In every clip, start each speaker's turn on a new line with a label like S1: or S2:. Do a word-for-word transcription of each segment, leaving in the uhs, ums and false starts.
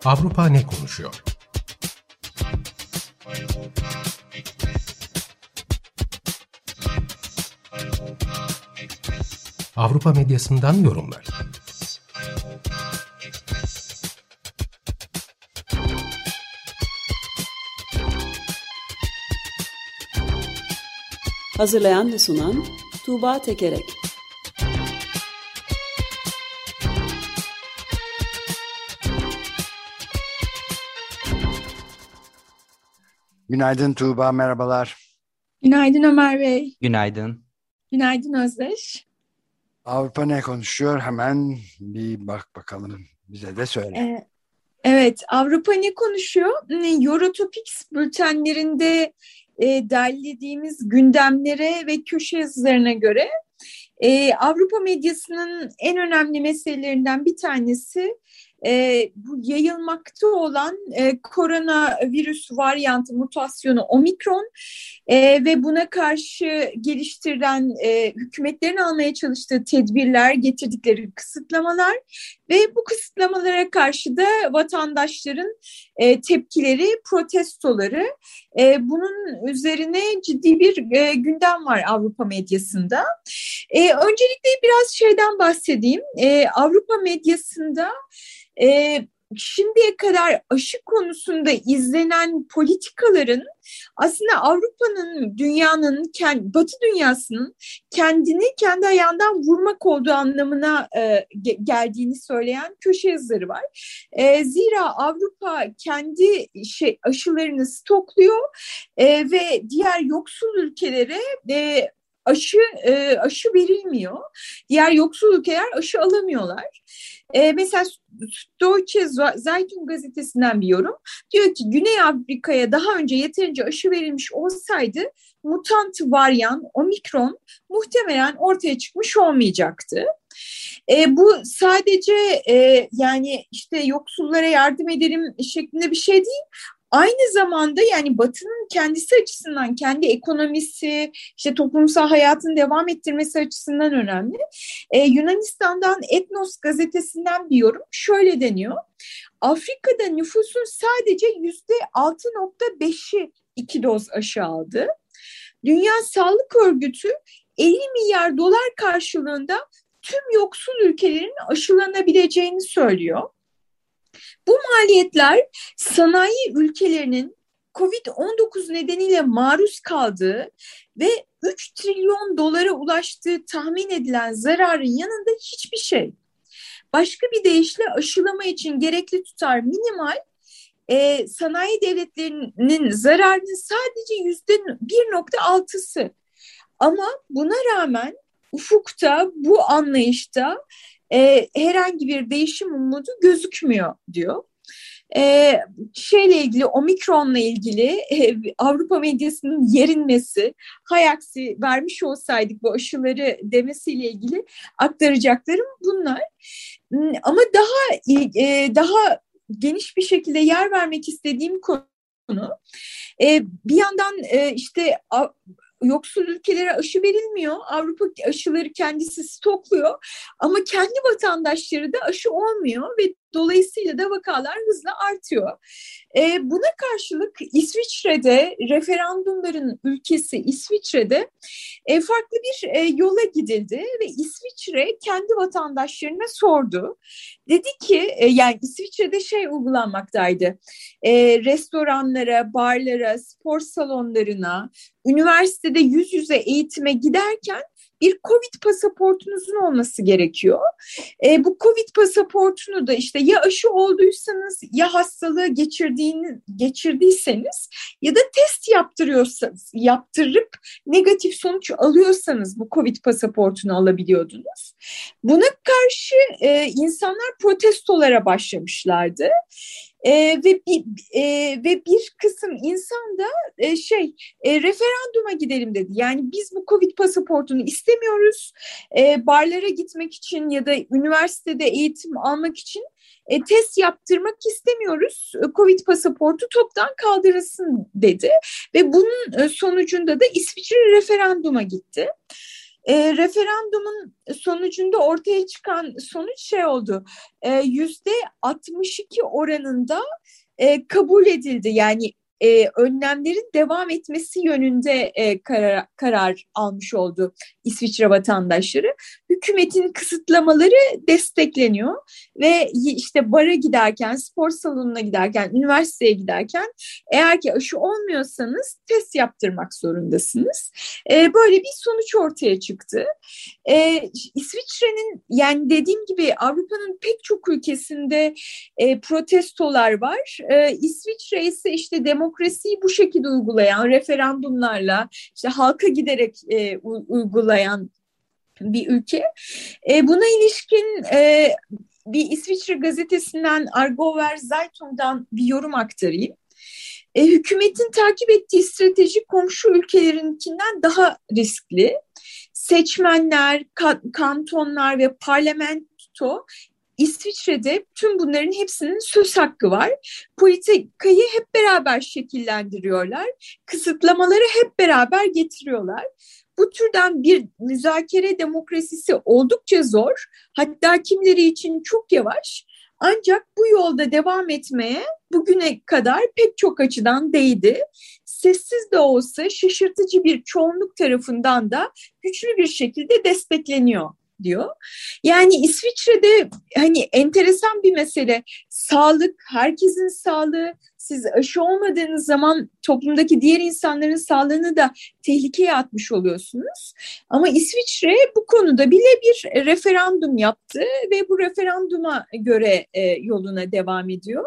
S1: Avrupa ne konuşuyor? Avrupa medyasından yorumlar.
S2: Hazırlayan ve sunan Tuğba Tekerek.
S3: Günaydın Tuğba, merhabalar.
S4: Günaydın Ömer Bey.
S5: Günaydın.
S4: Günaydın Özdeş.
S3: Avrupa ne konuşuyor? Hemen bir bak bakalım, bize de söyle.
S4: Ee, evet, Avrupa ne konuşuyor? Eurotopics bültenlerinde e, derlediğimiz gündemlere ve köşe yazılarına göre e, Avrupa medyasının en önemli meselelerinden bir tanesi e, bu yayılmakta olan e, koronavirüs varyantı mutasyonu Omikron e, ve buna karşı geliştirilen e, hükümetlerin almaya çalıştığı tedbirler, getirdikleri kısıtlamalar ve bu kısıtlamalara karşı da vatandaşların e, tepkileri, protestoları. E, bunun üzerine ciddi bir e, gündem var Avrupa medyasında. E, öncelikle biraz şeyden bahsedeyim. E, Avrupa medyasında e, şimdiye kadar aşı konusunda izlenen politikaların aslında Avrupa'nın, dünyanın, Batı dünyasının kendini kendi ayağından vurmak olduğu anlamına e, geldiğini söyleyen köşe yazıları var. E, zira Avrupa kendi şey, aşılarını stokluyor e, ve diğer yoksul ülkelere e, aşı e, aşı verilmiyor. Diğer yoksul ülkeler aşı alamıyorlar. E, mesela Deutsche Zeitung gazetesinden bir yorum. Diyor ki Güney Afrika'ya daha önce yeterince aşı verilmiş olsaydı mutant varyan Omikron muhtemelen ortaya çıkmış olmayacaktı. E, bu sadece e, yani işte yoksullara yardım edelim şeklinde bir şey değil. Aynı zamanda yani Batı'nın kendisi açısından, kendi ekonomisi, işte toplumsal hayatını devam ettirmesi açısından önemli. Ee, Yunanistan'dan Ethnos gazetesinden bir yorum şöyle deniyor. Afrika'da nüfusun sadece yüzde altı nokta beşi iki doz aşı aldı. Dünya Sağlık Örgütü elli milyar dolar karşılığında tüm yoksul ülkelerin aşılanabileceğini söylüyor. Bu maliyetler sanayi ülkelerinin kovid on dokuz nedeniyle maruz kaldığı ve üç trilyon dolara ulaştığı tahmin edilen zararın yanında hiçbir şey. Başka bir deyişle aşılama için gerekli tutar minimal, e, sanayi devletlerinin zararının sadece yüzde bir nokta altısı. Ama buna rağmen ufukta, bu anlayışta E, herhangi bir değişim umudu gözükmüyor diyor. E, şeyle ilgili, Omikron'la ilgili e, Avrupa medyasının yerinmesi, hay aksi vermiş olsaydık bu aşıları demesiyle ilgili aktaracaklarım bunlar. Ama daha e, daha geniş bir şekilde yer vermek istediğim konu, e, bir yandan e, işte yoksul ülkelere aşı verilmiyor. Avrupa aşıları kendisi stokluyor. Ama kendi vatandaşları da aşı olmuyor ve dolayısıyla da vakalar hızla artıyor. E, buna karşılık İsviçre'de, referandumların ülkesi İsviçre'de e, farklı bir e, yola gidildi ve İsviçre kendi vatandaşlarına sordu. Dedi ki e, yani İsviçre'de şey uygulanmaktaydı. E, restoranlara, barlara, spor salonlarına, üniversitede yüz yüze eğitime giderken bir Covid pasaportunuzun olması gerekiyor. E, bu Covid pasaportunu da işte ya aşı olduysanız, ya hastalığı geçirdiğini, geçirdiyseniz ya da test yaptırıyorsanız, yaptırıp negatif sonuç alıyorsanız bu Covid pasaportunu alabiliyordunuz. Buna karşı e, insanlar protestolara başlamışlardı. Ee, ve bir e, ve bir kısım insan da e, şey e, referanduma gidelim dedi. Yani biz bu Covid pasaportunu istemiyoruz. E, barlara gitmek için ya da üniversitede eğitim almak için e, test yaptırmak istemiyoruz. E, Covid pasaportu toptan kaldırılsın dedi. Ve bunun e, sonucunda da İsviçre referanduma gitti. E, referandumun sonucunda ortaya çıkan sonuç şey oldu. E, yüzde altmış iki oranında e, kabul edildi. Yani e, önlemlerin devam etmesi yönünde e, karar, karar almış oldu İsviçre vatandaşları. Hükümetin kısıtlamaları destekleniyor ve işte bara giderken, spor salonuna giderken, üniversiteye giderken eğer ki aşı olmuyorsanız test yaptırmak zorundasınız. E, böyle bir sonuç ortaya çıktı. E, İsviçre'nin, yani dediğim gibi Avrupa'nın pek çok ülkesinde e, protestolar var. E, İsviçre ise işte demokrasiyi bu şekilde uygulayan, referandumlarla, işte halka giderek e, uygulayan bir ülke. E, buna ilişkin e, bir İsviçre gazetesinden Argover Zeitung'dan bir yorum aktarayım. E, hükümetin takip ettiği strateji komşu ülkelerinkinden daha riskli. Seçmenler, ka- kantonlar ve parlamento İsviçre'de tüm bunların hepsinin söz hakkı var. Politikayı hep beraber şekillendiriyorlar. Kısıtlamaları hep beraber getiriyorlar. Bu türden bir müzakere demokrasisi oldukça zor. Hatta kimileri için çok yavaş. Ancak bu yolda devam etmeye bugüne kadar pek çok açıdan değdi. Sessiz de olsa şaşırtıcı bir çoğunluk tarafından da güçlü bir şekilde destekleniyor diyor. Yani İsviçre'de hani enteresan bir mesele, sağlık, herkesin sağlığı. Siz aşı olmadığınız zaman toplumdaki diğer insanların sağlığını da tehlikeye atmış oluyorsunuz. Ama İsviçre bu konuda bile bir referandum yaptı ve bu referanduma göre e, yoluna devam ediyor.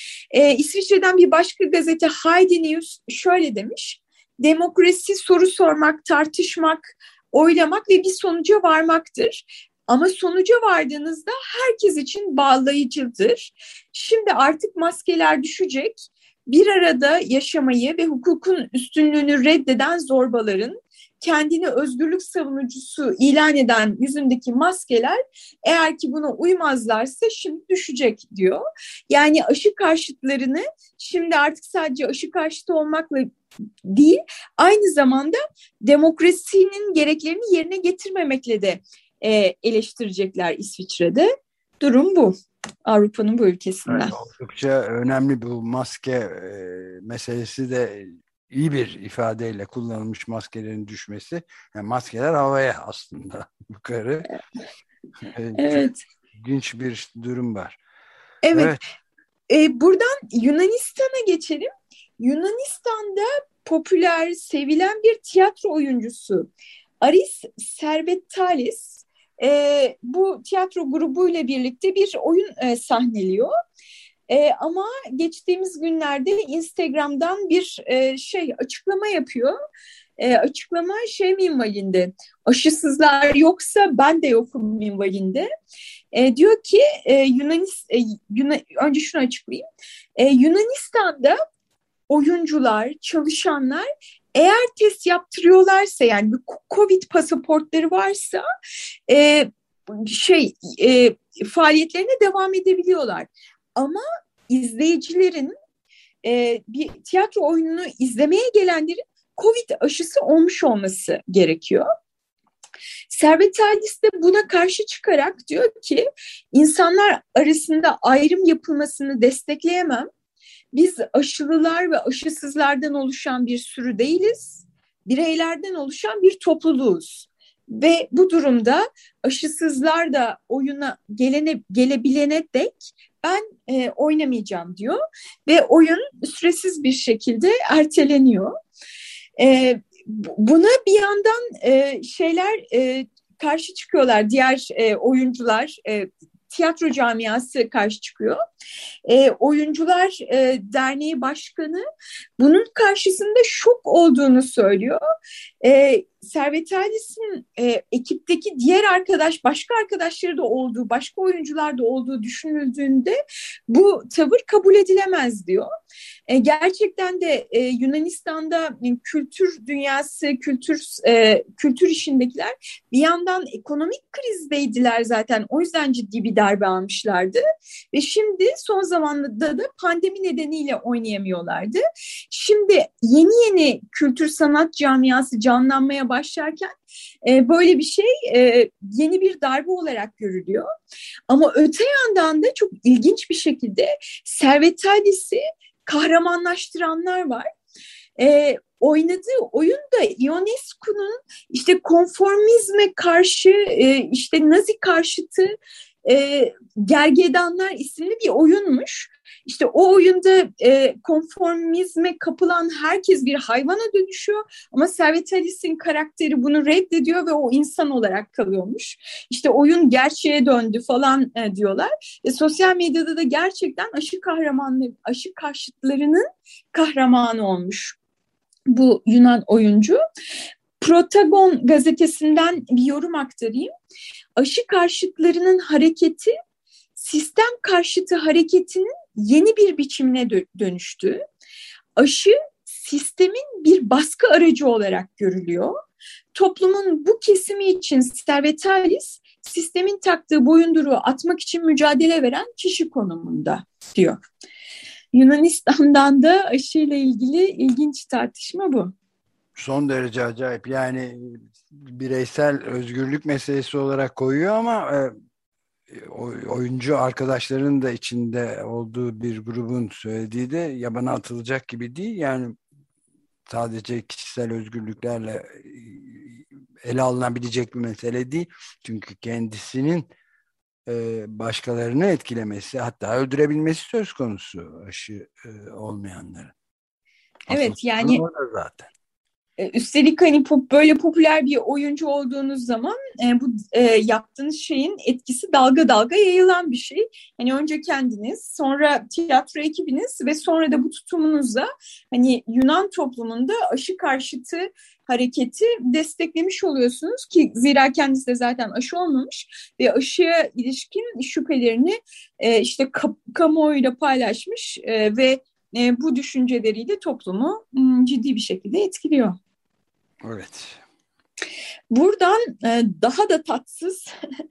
S4: E, İsviçre'den bir başka gazete Heide News şöyle demiş: demokrasi soru sormak, tartışmak, oylamak ve bir sonuca varmaktır. Ama sonuca vardığınızda herkes için bağlayıcıdır. Şimdi artık maskeler düşecek. Bir arada yaşamayı ve hukukun üstünlüğünü reddeden zorbaların, kendini özgürlük savunucusu ilan eden yüzündeki maskeler eğer ki buna uymazlarsa şimdi düşecek diyor. Yani aşı karşıtlarını şimdi artık sadece aşı karşıtı olmakla değil, aynı zamanda demokrasinin gereklerini yerine getirmemekle de e, eleştirecekler İsviçre'de. Durum bu. Avrupa'nın bu ülkesinden.
S3: Evet, oldukça önemli bu maske e, meselesi de iyi bir ifadeyle kullanılmış, maskelerin düşmesi. Yani maskeler havaya aslında yukarı.
S4: Evet.
S3: İlginç bir durum var.
S4: Evet.
S3: Evet.
S4: E, buradan Yunanistan'a geçelim. Yunanistan'da popüler, sevilen bir tiyatro oyuncusu Aris Servettalis e, bu tiyatro grubuyla birlikte bir oyun e, sahneliyor. E, ama geçtiğimiz günlerde Instagram'dan bir e, şey açıklama yapıyor. E, açıklama şey minvalinde, aşısızlar yoksa ben de yokum minvalinde. E, diyor ki e, Yunanis, e, Yunan, önce şunu açıklayayım. E, Yunanistan'da oyuncular, çalışanlar eğer test yaptırıyorlarsa, yani bir Covid pasaportları varsa e, şey e, faaliyetlerine devam edebiliyorlar. Ama izleyicilerin e, bir tiyatro oyununu izlemeye gelenlerin Covid aşısı olmuş olması gerekiyor. Servettalis de buna karşı çıkarak diyor ki insanlar arasında ayrım yapılmasını destekleyemem. Biz aşılılar ve aşısızlardan oluşan bir sürü değiliz. Bireylerden oluşan bir topluluğuz. Ve bu durumda aşısızlar da oyuna gelene, gelebilene dek ben e, oynamayacağım diyor. Ve oyun süresiz bir şekilde erteleniyor. E, buna bir yandan e, şeyler e, karşı çıkıyorlar. Diğer e, oyuncular, e, tiyatro camiası karşı çıkıyor. E, Oyuncular e, Derneği Başkanı bunun karşısında şok olduğunu söylüyor. E, Servettalis'in e, ekipteki diğer arkadaş, başka arkadaşları da olduğu, başka oyuncular da olduğu düşünüldüğünde bu tavır kabul edilemez diyor. E, gerçekten de e, Yunanistan'da e, kültür dünyası, kültür e, kültür işindekiler bir yandan ekonomik krizdeydiler zaten. O yüzden ciddi bir darbe almışlardı. Ve şimdi son zamanlarda da pandemi nedeniyle oynayamıyorlardı. Şimdi yeni yeni kültür sanat camiası canlanmaya başlarken e, böyle bir şey e, yeni bir darbe olarak görülüyor. Ama öte yandan da çok ilginç bir şekilde Servet Talis'i kahramanlaştıranlar var. E, oynadığı oyunda Ionescu'nun işte konformizme karşı, e, işte Nazi karşıtı e, Gergedanlar isimli bir oyunmuş. İşte o oyunda e, konformizme kapılan herkes bir hayvana dönüşüyor ama Servet Talis'in karakteri bunu reddediyor ve o insan olarak kalıyormuş. İşte oyun gerçeğe döndü falan e, diyorlar. E, sosyal medyada da gerçekten aşı kahramanları, aşı karşıtlarının kahramanı olmuş bu Yunan oyuncu. Protagon gazetesinden bir yorum aktarayım. Aşı karşıtlarının hareketi sistem karşıtı hareketinin yeni bir biçimine dönüştü. Aşı sistemin bir baskı aracı olarak görülüyor. Toplumun bu kesimi için Servet Talis sistemin taktığı boyunduruğu atmak için mücadele veren kişi konumunda diyor. Yunanistan'dan da aşıyla ilgili ilginç tartışma bu.
S3: Son derece acayip. Yani bireysel özgürlük meselesi olarak koyuyor ama e, oyuncu arkadaşların da içinde olduğu bir grubun söylediği de yabana atılacak gibi değil. Yani sadece kişisel özgürlüklerle ele alınabilecek bir mesele değil. Çünkü kendisinin başkalarını etkilemesi, hatta öldürebilmesi söz konusu aşı olmayanları.
S4: Evet,
S3: asıl
S4: yani
S3: zaten.
S4: Üstelik hani pop, böyle popüler bir oyuncu olduğunuz zaman e, bu e, yaptığınız şeyin etkisi dalga dalga yayılan bir şey. Hani önce kendiniz, sonra tiyatro ekibiniz ve sonra da bu tutumunuzla hani Yunan toplumunda aşı karşıtı hareketi desteklemiş oluyorsunuz ki zira kendisi de zaten aşı olmamış ve aşıya ilişkin şüphelerini e, işte kamuoyuyla paylaşmış e, ve E, bu düşünceleriyle toplumu m, ciddi bir şekilde etkiliyor.
S3: Evet.
S4: Buradan e, daha da tatsız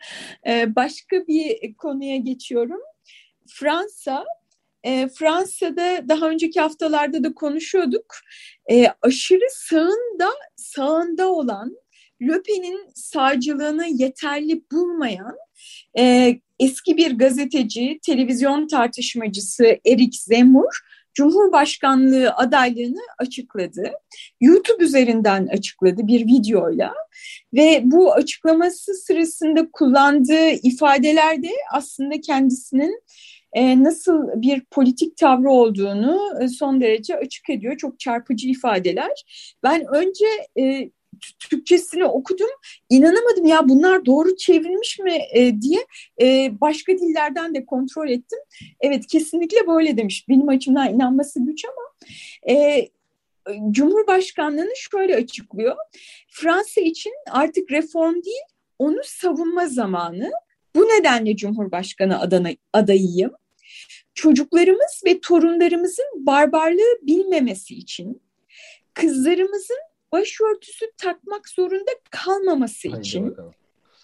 S4: e, başka bir konuya geçiyorum. Fransa, e, Fransa'da daha önceki haftalarda da konuşuyorduk. E, aşırı sağında sağında olan, Le Pen'in sağcılığını yeterli bulmayan e, eski bir gazeteci, televizyon tartışmacısı Eric Zemmour Cumhurbaşkanlığı adaylığını açıkladı. YouTube üzerinden açıkladı bir videoyla ve bu açıklaması sırasında kullandığı ifadeler de aslında kendisinin e, nasıl bir politik tavrı olduğunu e, son derece açık ediyor. Çok çarpıcı ifadeler. Ben önce e, Türkçesini okudum, inanamadım ya bunlar doğru çevrilmiş mi e, diye e, başka dillerden de kontrol ettim. Evet, kesinlikle böyle demiş. Benim açımdan inanması güç ama e, Cumhurbaşkanlığını şöyle açıklıyor. Fransa için artık reform değil, onu savunma zamanı. Bu nedenle Cumhurbaşkanı adana, adayıyım. Çocuklarımız ve torunlarımızın barbarlığı bilmemesi için, kızlarımızın başörtüsü takmak zorunda kalmaması Haydi için. Bakalım.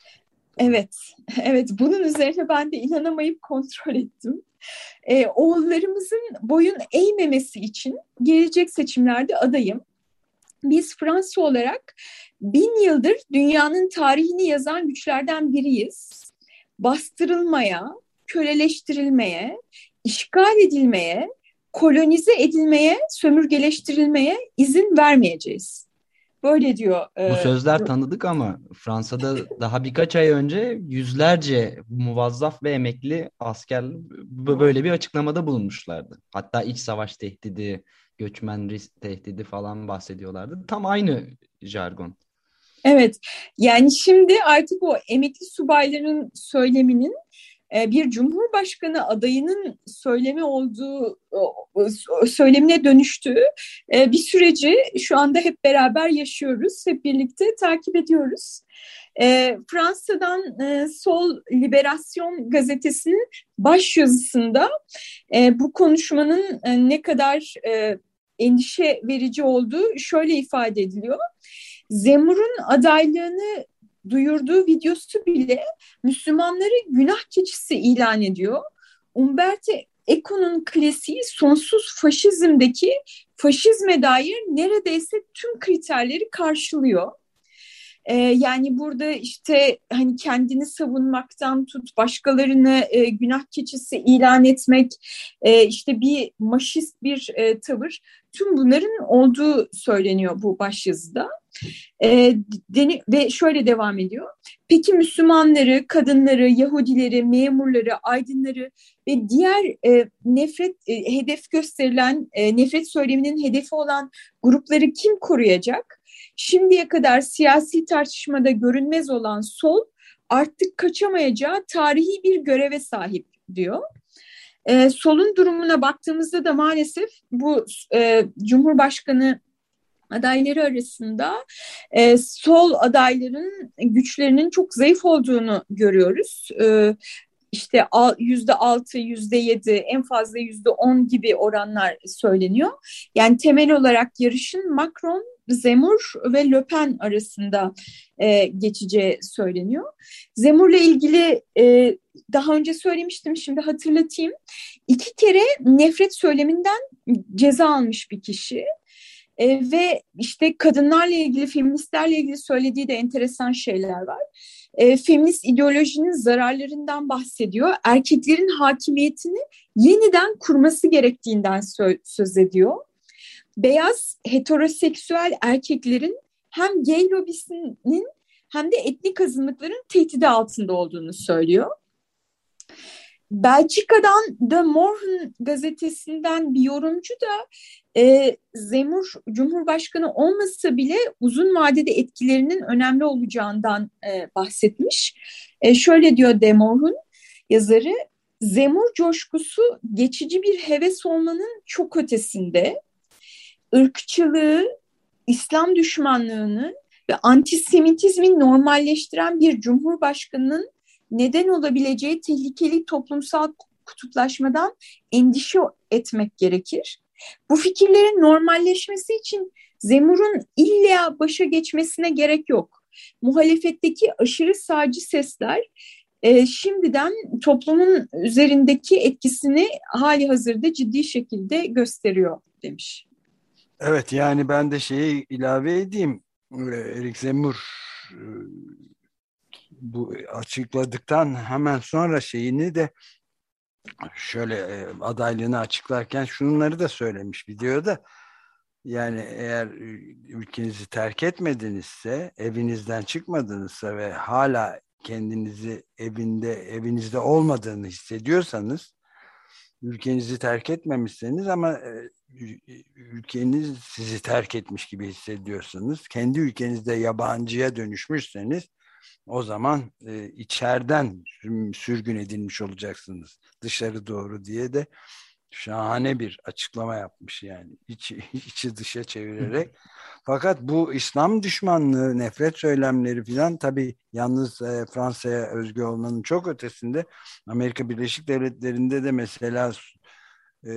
S4: Evet, evet. Bunun üzerine ben de inanamayıp kontrol ettim. Ee, oğullarımızın boyun eğmemesi için gelecek seçimlerde adayım. Biz Fransa olarak bin yıldır dünyanın tarihini yazan güçlerden biriyiz. Bastırılmaya, köleleştirilmeye, işgal edilmeye, kolonize edilmeye, sömürgeleştirilmeye izin vermeyeceğiz. Böyle diyor.
S5: Bu sözler tanıdık ama Fransa'da daha birkaç ay önce yüzlerce muvazzaf ve emekli asker böyle bir açıklamada bulunmuşlardı. Hatta iç savaş tehdidi, göçmen risk tehdidi falan bahsediyorlardı. Tam aynı jargon.
S4: Evet, yani şimdi artık o emekli subayların söyleminin bir cumhurbaşkanı adayının söylemi olduğu, söylemine dönüştüğü bir süreci şu anda hep beraber yaşıyoruz, hep birlikte takip ediyoruz. Fransa'dan Sol Liberasyon gazetesinin başyazısında bu konuşmanın ne kadar endişe verici olduğu şöyle ifade ediliyor. Zemmour'un adaylığını duyurduğu videosu bile Müslümanları günah keçisi ilan ediyor. Umberto Eco'nun klasiği sonsuz faşizmdeki faşizme dair neredeyse tüm kriterleri karşılıyor. Ee, yani burada işte hani kendini savunmaktan tut, başkalarını e, günah keçisi ilan etmek, e, işte bir maşist bir e, tavır, tüm bunların olduğu söyleniyor bu başyazıda. E, deni, ve şöyle devam ediyor. Peki Müslümanları, kadınları, Yahudileri, memurları, aydınları ve diğer e, nefret e, hedef gösterilen, e, nefret söyleminin hedefi olan grupları kim koruyacak? Şimdiye kadar siyasi tartışmada görünmez olan sol artık kaçamayacağı tarihi bir göreve sahip diyor. E, solun durumuna baktığımızda da maalesef bu e, Cumhurbaşkanı adayları arasında e, sol adayların güçlerinin çok zayıf olduğunu görüyoruz. E, işte yüzde altı, yüzde yedi, en fazla yüzde on gibi oranlar söyleniyor. Yani temel olarak yarışın Macron, Zemmour ve Le Pen arasında e, geçeceği söyleniyor. Zemmour'la ilgili e, daha önce söylemiştim, şimdi hatırlatayım. İki kere nefret söyleminden ceza almış bir kişi. E, ve işte kadınlarla ilgili, feministlerle ilgili söylediği de enteresan şeyler var. E, feminist ideolojinin zararlarından bahsediyor. Erkeklerin hakimiyetini yeniden kurması gerektiğinden sö- söz ediyor. Beyaz heteroseksüel erkeklerin hem gay lobisinin hem de etnik azınlıkların tehdidi altında olduğunu söylüyor. Belçika'dan The Morgen gazetesinden bir yorumcu da e, Zemmour Cumhurbaşkanı olmasa bile uzun vadede etkilerinin önemli olacağından e, bahsetmiş. E, şöyle diyor The Morgen yazarı, Zemmour coşkusu geçici bir heves olmanın çok ötesinde. Irkçılığı, İslam düşmanlığını ve antisemitizmi normalleştiren bir cumhurbaşkanının neden olabileceği tehlikeli toplumsal kutuplaşmadan endişe etmek gerekir. Bu fikirlerin normalleşmesi için Zemmour'un illa başa geçmesine gerek yok. Muhalefetteki aşırı sağcı sesler e, şimdiden toplumun üzerindeki etkisini hali hazırda ciddi şekilde gösteriyor demiş.
S3: Evet, yani ben de şeyi ilave edeyim. Eric Zemmour bu açıkladıktan hemen sonra şeyini de şöyle adaylığını açıklarken şunları da söylemiş videoda. Yani eğer ülkenizi terk etmedinizse, evinizden çıkmadınızsa ve hala kendinizi evinde evinizde olmadığını hissediyorsanız, ülkenizi terk etmemişseniz ama ülkeniz sizi terk etmiş gibi hissediyorsanız, kendi ülkenizde yabancıya dönüşmüşseniz, o zaman e, içeriden sürgün edilmiş olacaksınız dışarı doğru diye de şahane bir açıklama yapmış, yani içi, içi dışa çevirerek. Fakat bu İslam düşmanlığı, nefret söylemleri filan tabii yalnız e, Fransa'ya özgü olmanın çok ötesinde Amerika Birleşik Devletleri'nde de mesela e,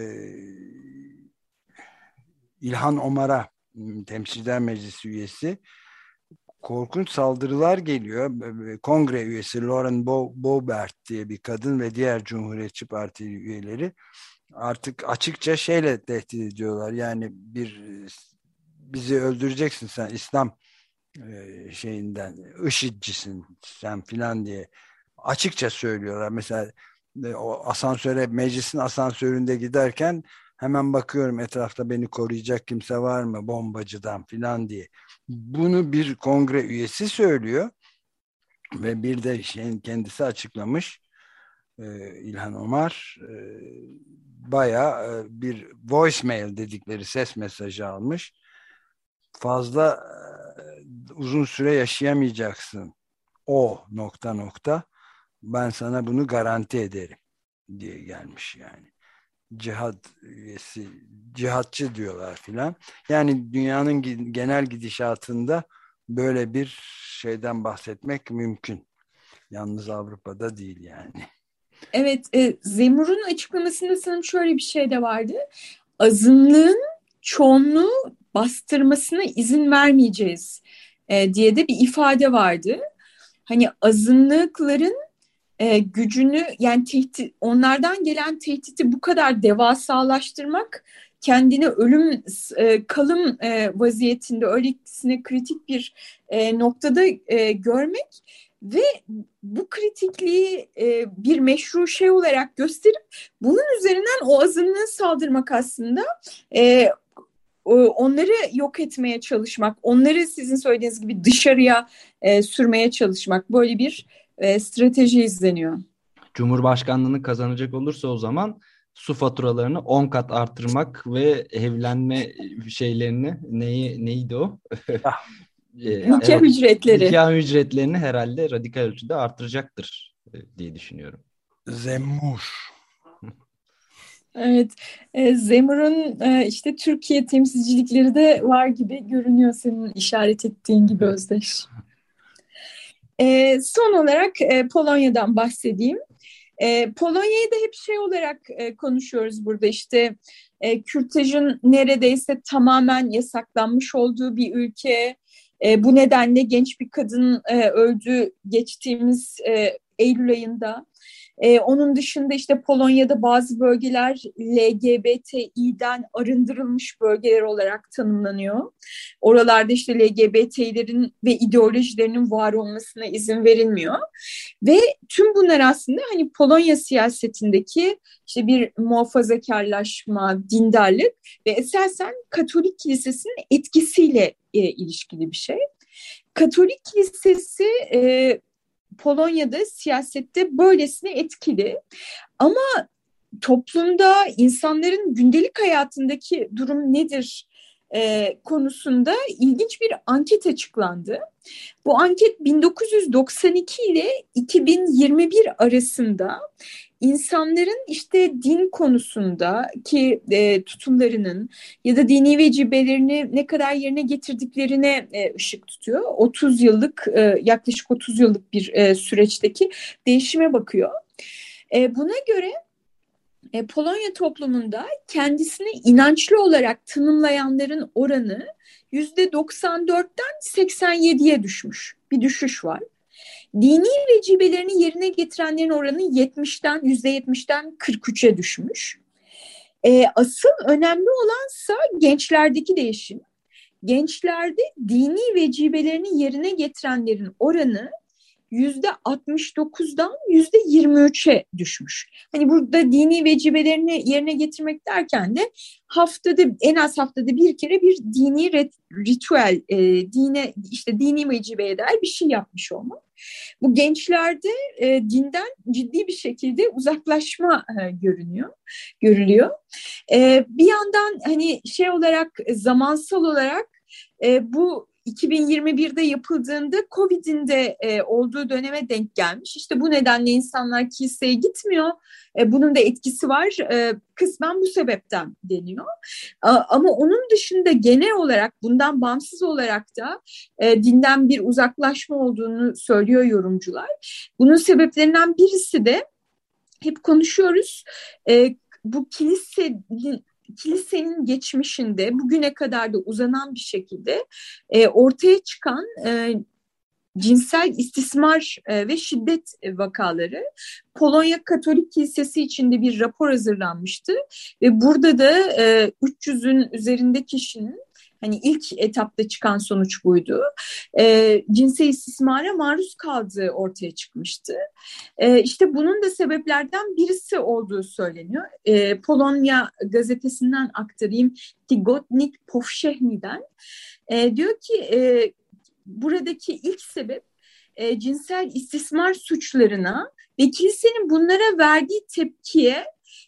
S3: İlhan Omar'a, Temsilciler Meclisi üyesi, korkunç saldırılar geliyor. Kongre üyesi Lauren Boebert diye bir kadın ve diğer Cumhuriyetçi Parti üyeleri artık açıkça şeyle tehdit ediyorlar. Yani bir bizi öldüreceksin sen, İslam şeyinden, IŞİD'cisin sen filan diye açıkça söylüyorlar. Mesela o asansöre, meclisin asansöründe giderken hemen bakıyorum etrafta beni koruyacak kimse var mı bombacıdan filan diye. Bunu bir kongre üyesi söylüyor ve bir de şeyin kendisi açıklamış. Ee, İlhan Omar e, bayağı e, bir voicemail dedikleri ses mesajı almış. Fazla e, uzun süre yaşayamayacaksın. O nokta nokta. Ben sana bunu garanti ederim diye gelmiş yani. Cihad üyesi, cihatçı diyorlar filan. Yani dünyanın genel gidişatında böyle bir şeyden bahsetmek mümkün. Yalnız Avrupa'da değil yani.
S4: Evet, e, Zemmour'un açıklamasında sanırım şöyle bir şey de vardı. Azınlığın çoğunluğu bastırmasına izin vermeyeceğiz e, diye de bir ifade vardı. Hani azınlıkların e, gücünü, yani tehdit, onlardan gelen tehdidi bu kadar devasalaştırmak kendini ölüm e, kalım e, vaziyetinde öylesine kritik bir e, noktada e, görmek ve bu kritikliği e, bir meşru şey olarak gösterip bunun üzerinden o azınlığa saldırmak aslında e, onları yok etmeye çalışmak, onları sizin söylediğiniz gibi dışarıya e, sürmeye çalışmak, böyle bir e, strateji izleniyor.
S5: Cumhurbaşkanlığını kazanacak olursa o zaman su faturalarını on kat artırmak ve evlenme şeylerini neyi neydi o?
S4: e, nikah evet, ücretleri.
S5: Nikah ücretlerini herhalde radikal ölçüde artıracaktır diye düşünüyorum.
S3: Zemmur.
S4: Evet, e, Zemur'un e, işte Türkiye temsilcilikleri de var gibi görünüyor senin işaret ettiğin gibi Özdeş. E, son olarak e, Polonya'dan bahsedeyim. E, Polonya'yı da hep şey olarak e, konuşuyoruz burada, işte e, kürtajın neredeyse tamamen yasaklanmış olduğu bir ülke. E, bu nedenle genç bir kadın e, öldü geçtiğimiz e, Eylül ayında. Ee, onun dışında işte Polonya'da bazı bölgeler L G B T İ'den arındırılmış bölgeler olarak tanımlanıyor. Oralarda işte L G B T'lerin ve ideolojilerinin var olmasına izin verilmiyor. Ve tüm bunlar aslında hani Polonya siyasetindeki işte bir muhafazakarlaşma, dindarlık ve esasen Katolik Kilisesi'nin etkisiyle e, ilişkili bir şey. Katolik Kilisesi e, Polonya'da siyasette böylesine etkili ama toplumda insanların gündelik hayatındaki durum nedir e, konusunda ilginç bir anket açıklandı. Bu anket bin dokuz yüz doksan iki ile iki bin yirmi bir arasında insanların işte din konusundaki e, tutumlarının ya da dini vecibelerini ne kadar yerine getirdiklerine e, ışık tutuyor. otuz yıllık e, yaklaşık otuz yıllık bir e, süreçteki değişime bakıyor. E, buna göre e, Polonya toplumunda kendisini inançlı olarak tanımlayanların oranı yüzde doksan dörtten seksen yediye düşmüş. Bir düşüş var. Dini vecibelerini yerine getirenlerin oranı yetmişten yüzde yetmişten kırk üçe düşmüş. E, asıl önemli olansa gençlerdeki değişim. Gençlerde dini vecibelerini yerine getirenlerin oranı yüzde altmış dokuzdan yüzde yirmi üçe düşmüş. Hani burada dini vecibelerini yerine getirmek derken de haftada en az haftada bir kere bir dini ritüel, e, dine işte dini vecibeye dair bir şey yapmış olmak. Bu gençlerde e, dinden ciddi bir şekilde uzaklaşma e, görünüyor, görülüyor. E, bir yandan hani şey olarak zamansal olarak e, bu iki bin yirmi birde yapıldığında Covid'in de e, olduğu döneme denk gelmiş. İşte bu nedenle insanlar kiliseye gitmiyor. E, bunun da etkisi var. E, kısmen bu sebepten deniyor. A, ama onun dışında genel olarak bundan bağımsız olarak da e, dinden bir uzaklaşma olduğunu söylüyor yorumcular. Bunun sebeplerinden birisi de hep konuşuyoruz. E, bu kilisenin kilisenin geçmişinde bugüne kadar da uzanan bir şekilde e, ortaya çıkan e, cinsel istismar e, ve şiddet vakaları. Polonya Katolik Kilisesi içinde bir rapor hazırlanmıştı ve burada da e, üç yüzün üzerinde kişinin hani ilk etapta çıkan sonuç buydu. E, cinsel istismara maruz kaldığı ortaya çıkmıştı. E, işte bunun da sebeplerden birisi olduğu söyleniyor. E, Polonya gazetesinden aktarayım. Tygodnik Powszechny'den. E, diyor ki e, buradaki ilk sebep e, cinsel istismar suçlarına ve kilisenin bunlara verdiği tepkiye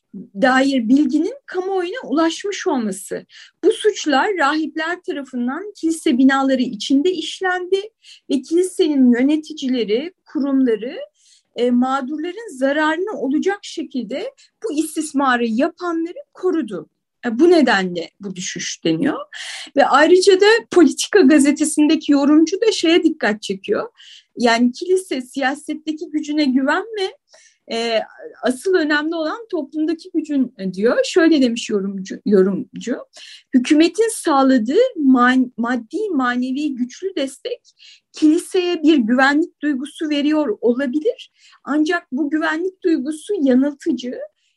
S4: dair bilginin kamuoyuna ulaşmış olması. Bu suçlar rahipler tarafından kilise binaları içinde işlendi ve kilisenin yöneticileri, kurumları e, mağdurların zararına olacak şekilde bu istismarı yapanları korudu. E, bu nedenle bu düşüş deniyor. Ve ayrıca da Politika gazetesindeki yorumcu da şeye dikkat çekiyor. Yani kilise siyasetteki gücüne güvenme, E, asıl önemli olan toplumdaki gücün diyor. Şöyle demiş yorumcu, yorumcu. Hükümetin sağladığı man, maddi manevi güçlü destek kiliseye bir güvenlik duygusu veriyor olabilir. Ancak bu güvenlik duygusu yanıltıcı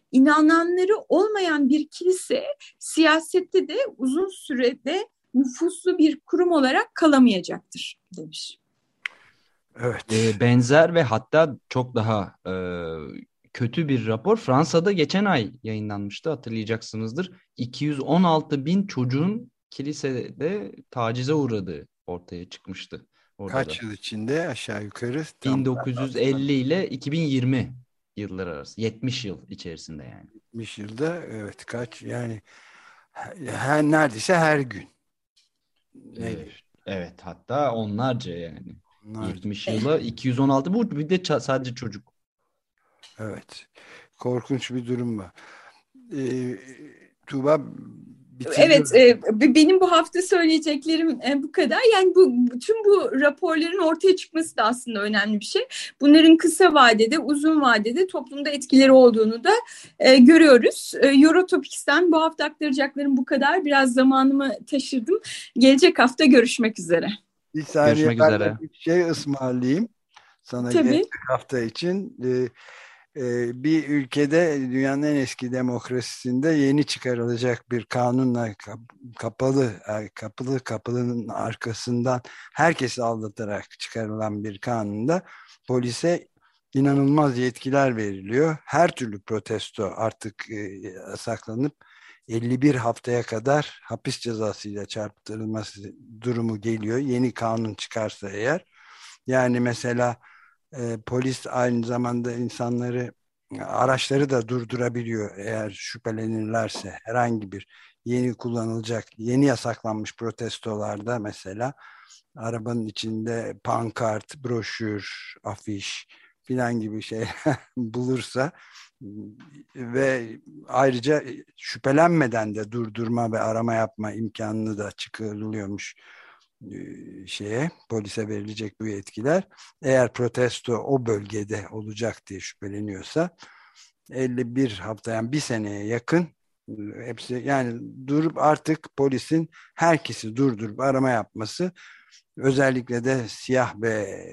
S4: inananları olmayan bir kilise siyasette de uzun sürede nüfuslu bir kurum olarak kalamayacaktır demiş.
S3: Evet.
S5: E, benzer ve hatta çok daha e, kötü bir rapor Fransa'da geçen ay yayınlanmıştı, hatırlayacaksınızdır. iki yüz on altı bin çocuğun kilisede tacize uğradığı ortaya çıkmıştı. Orada
S3: Kaç
S5: da.
S3: yıl içinde aşağı yukarı?
S5: bin dokuz yüz elli ile iki bin yirmi yılları arası. yetmiş yıl içerisinde yani.
S3: yetmiş yılda, evet, kaç yani her, neredeyse her gün. Ne
S5: Evet, evet, hatta onlarca yani.
S3: Onlarca.
S5: yetmiş yıla iki yüz on altı, bu bir de ça- sadece çocuk.
S3: Evet. Korkunç bir durum var. Ee, Tuğba,
S4: Evet, e, benim bu hafta söyleyeceklerim e, bu kadar. Yani bu bütün bu raporların ortaya çıkması da aslında önemli bir şey. Bunların kısa vadede, uzun vadede toplumda etkileri olduğunu da e, görüyoruz. E, Eurotopics'ten bu hafta aktaracaklarım bu kadar. Biraz zamanımı taşırdım. Gelecek hafta görüşmek üzere.
S3: Bir saniye,
S5: Görüşmek
S3: ben
S5: üzere.
S3: de bir şey ısmarlayayım sana
S4: Tabii.
S3: gelecek hafta için. Ee, e, bir ülkede, dünyanın en eski demokrasisinde yeni çıkarılacak bir kanunla kap- kapalı e, kapalı kapının arkasından herkesi aldatarak çıkarılan bir kanunda polise inanılmaz yetkiler veriliyor. Her türlü protesto artık e, yasaklanıp elli bir haftaya kadar hapis cezasıyla çarptırılması durumu geliyor. Yeni kanun çıkarsa eğer. Yani mesela e, polis aynı zamanda insanları, araçları da durdurabiliyor eğer şüphelenirlerse. Herhangi bir yeni kullanılacak, yeni yasaklanmış protestolarda mesela arabanın içinde pankart, broşür, afiş filan gibi şey bulursa ve ayrıca şüphelenmeden de durdurma ve arama yapma imkanını da çıkarılıyormuş şeye, polise verilecek bu yetkiler. Eğer protesto o bölgede olacak diye şüpheleniyorsa elli bir hafta, yani bir seneye yakın hepsi, yani durup artık polisin herkesi durdurup arama yapması, özellikle de siyah ve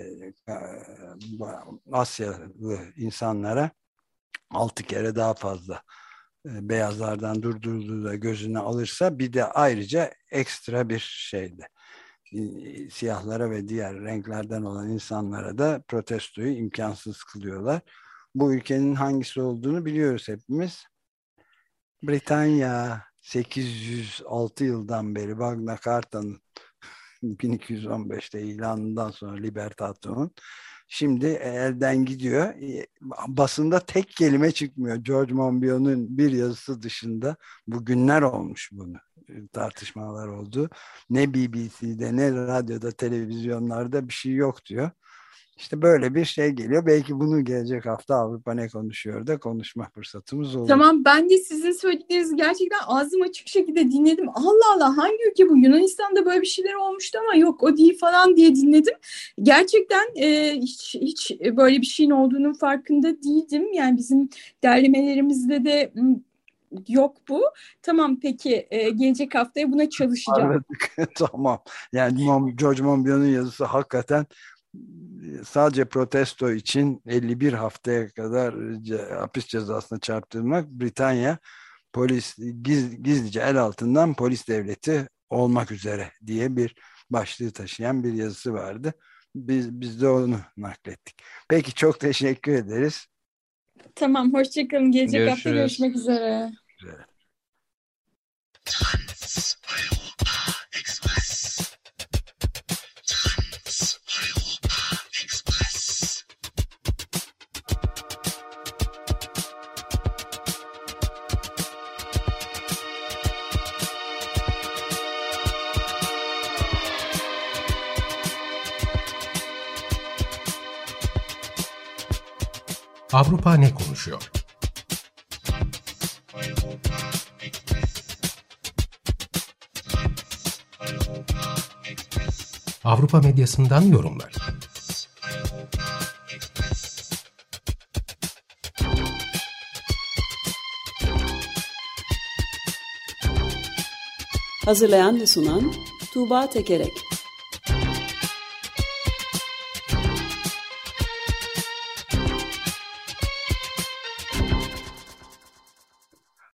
S3: Asyalı insanlara altı kere daha fazla beyazlardan durdurduğu da gözüne alırsa, bir de ayrıca ekstra bir şeyde siyahlara ve diğer renklerden olan insanlara da protestoyu imkansız kılıyorlar. Bu ülkenin hangisi olduğunu biliyoruz hepimiz. Britanya. sekiz yüz altı yıldan beri Magna Carta'nın bin iki yüz on beşte ilanından sonra Libertatum'un şimdi elden gidiyor. Basında tek kelime çıkmıyor. George Monbiot'un bir yazısı dışında. Bu günler olmuş bunu. Tartışmalar oldu. Ne B B C'de, ne radyoda, televizyonlarda bir şey yok diyor. İşte böyle bir şey geliyor. Belki bunu gelecek hafta Avrupa Ne Konuşuyor da konuşma fırsatımız olur.
S4: Tamam, ben de sizin söylediklerinizi gerçekten ağzım açık şekilde dinledim. Allah Allah, hangi ülke bu? Yunanistan'da böyle bir şeyler olmuştu ama yok o değil falan diye dinledim. Gerçekten e, hiç, hiç böyle bir şeyin olduğunun farkında değildim. Yani bizim derlemelerimizde de yok bu. Tamam, peki e, gelecek haftaya buna çalışacağım.
S3: Tamam. Yani George Monbiot'un yazısı hakikaten sadece protesto için elli bir haftaya kadar hapis cezasına çarptırmak, Britanya polis giz, gizlice el altından polis devleti olmak üzere diye bir başlığı taşıyan bir yazısı vardı. Biz, biz de onu naklettik. Peki, çok teşekkür ederiz.
S4: Tamam, hoşçakalın. Gelecek
S5: Görüşürüz.
S4: hafta görüşmek üzere.
S3: Güzel.
S1: Avrupa Ne Konuşuyor? Avrupa medyasından yorumlar.
S2: Hazırlayan ve sunan Tuğba Tekerek.